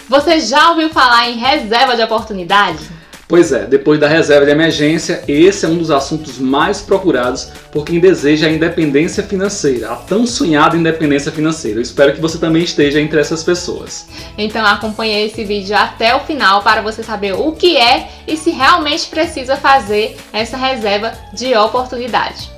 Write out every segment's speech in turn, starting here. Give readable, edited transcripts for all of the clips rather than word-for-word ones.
Você já ouviu falar em reserva de oportunidade? Pois é, depois da reserva de emergência, esse é um dos assuntos mais procurados por quem deseja a independência financeira, a tão sonhada independência financeira. Eu espero que você também esteja entre essas pessoas. Então acompanhe esse vídeo até o final para você saber o que é e se realmente precisa fazer essa reserva de oportunidade.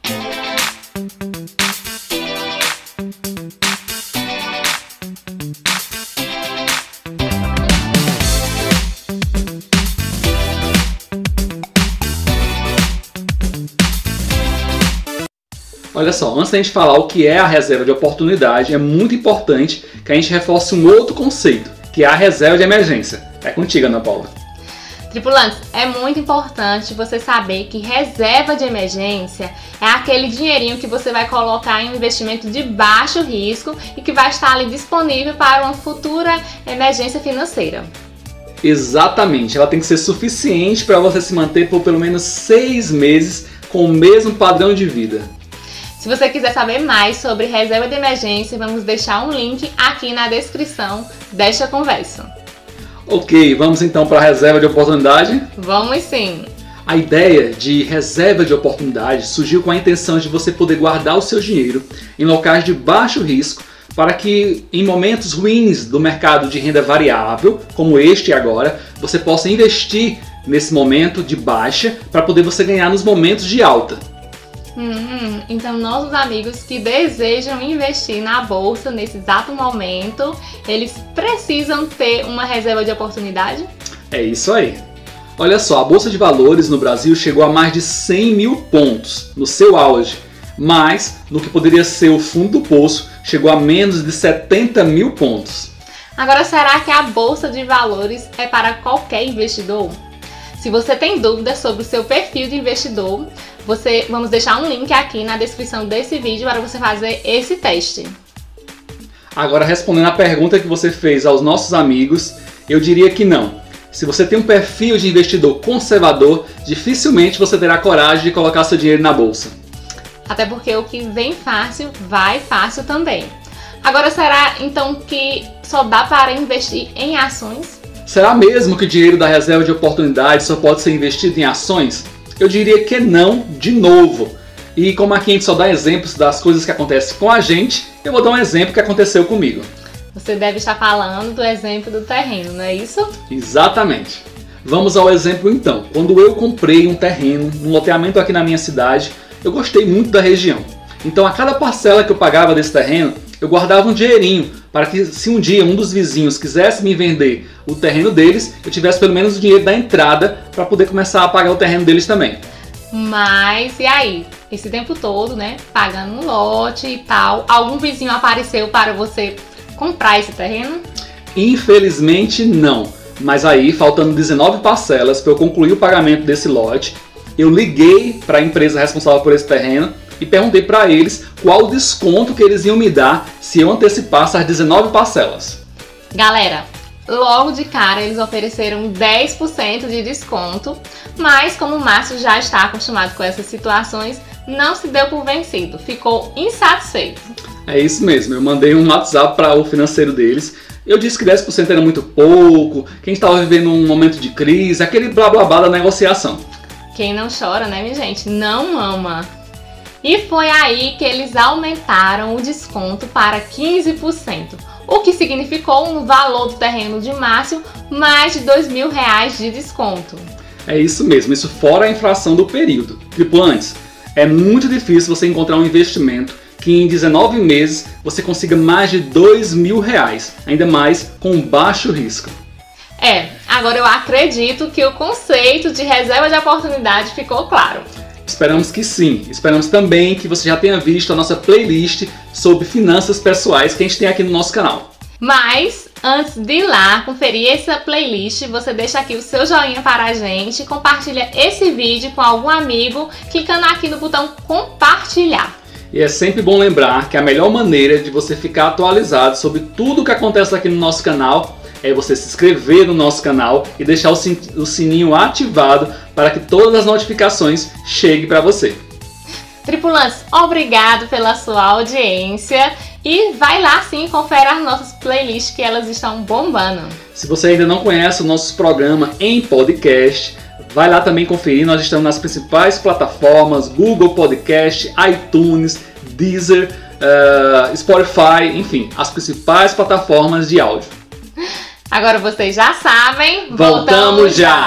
Olha só, antes da gente falar o que é a reserva de oportunidade, é muito importante que a gente reforce um outro conceito, que é a reserva de emergência. É contigo, Ana Paula. Tripulantes, é muito importante você saber que reserva de emergência é aquele dinheirinho que você vai colocar em um investimento de baixo risco e que vai estar ali disponível para uma futura emergência financeira. Exatamente, ela tem que ser suficiente para você se manter por pelo menos 6 meses com o mesmo padrão de vida. Se você quiser saber mais sobre reserva de emergência, vamos deixar um link aqui na descrição desta conversa. Ok, vamos então para a reserva de oportunidade? Vamos sim! A ideia de reserva de oportunidade surgiu com a intenção de você poder guardar o seu dinheiro em locais de baixo risco para que em momentos ruins do mercado de renda variável, como este agora, você possa investir nesse momento de baixa para poder você ganhar nos momentos de alta. Então nossos amigos que desejam investir na bolsa nesse exato momento, eles precisam ter uma reserva de oportunidade? É isso aí. Olha só, a Bolsa de Valores no Brasil chegou a mais de 100 mil pontos no seu auge, mas no que poderia ser o fundo do poço, chegou a menos de 70 mil pontos. Agora, será que a Bolsa de Valores é para qualquer investidor? Se você tem dúvidas sobre o seu perfil de investidor, vamos deixar um link aqui na descrição desse vídeo para você fazer esse teste. Agora, respondendo a pergunta que você fez aos nossos amigos, eu diria que não. Se você tem um perfil de investidor conservador, dificilmente você terá coragem de colocar seu dinheiro na bolsa. Até porque o que vem fácil, vai fácil também. Agora, será então que só dá para investir em ações? Será mesmo que o dinheiro da reserva de oportunidade só pode ser investido em ações? Eu diria que não, de novo. E como aqui a gente só dá exemplos das coisas que acontecem com a gente, eu vou dar um exemplo que aconteceu comigo. Você deve estar falando do exemplo do terreno, não é isso? Exatamente. Vamos ao exemplo então. Quando eu comprei um terreno, um loteamento aqui na minha cidade, eu gostei muito da região. Então a cada parcela que eu pagava desse terreno, eu guardava um dinheirinho para que se um dia um dos vizinhos quisesse me vender o terreno deles, eu tivesse pelo menos o dinheiro da entrada para poder começar a pagar o terreno deles também. Mas e aí? Esse tempo todo, né, pagando um lote e tal, algum vizinho apareceu para você comprar esse terreno? Infelizmente não, mas aí faltando 19 parcelas para eu concluir o pagamento desse lote, eu liguei para a empresa responsável por esse terreno e perguntei para eles qual o desconto que eles iam me dar se eu antecipasse as 19 parcelas. Galera, logo de cara eles ofereceram 10% de desconto, mas como o Márcio já está acostumado com essas situações, não se deu por vencido, ficou insatisfeito. É isso mesmo, eu mandei um WhatsApp para o financeiro deles. Eu disse que 10% era muito pouco, que a gente estava vivendo um momento de crise, aquele blá blá blá da negociação. Quem não chora, né, minha gente? Não ama. E foi aí que eles aumentaram o desconto para 15%, o que significou no valor do terreno de Márcio mais de R$2.000 de desconto. É isso mesmo, isso fora a inflação do período. Tripulantes, é muito difícil você encontrar um investimento que em 19 meses você consiga mais de R$2.000, ainda mais com baixo risco. Agora eu acredito que o conceito de reserva de oportunidade ficou claro. Esperamos que sim. Esperamos também que você já tenha visto a nossa playlist sobre finanças pessoais que a gente tem aqui no nosso canal. Mas, antes de ir lá conferir essa playlist, você deixa aqui o seu joinha para a gente, compartilha esse vídeo com algum amigo, clicando aqui no botão compartilhar. E é sempre bom lembrar que a melhor maneira de você ficar atualizado sobre tudo o que acontece aqui no nosso canal é você se inscrever no nosso canal e deixar o sininho ativado para que todas as notificações cheguem para você. Tripulantes, obrigado pela sua audiência E vai lá sim, confere as nossas playlists que elas estão bombando. Se você ainda não conhece o nosso programa em podcast, vai lá também conferir. Nós estamos nas principais plataformas: Google Podcast, iTunes, Deezer, Spotify, enfim, as principais plataformas de áudio. Agora vocês já sabem, voltamos já!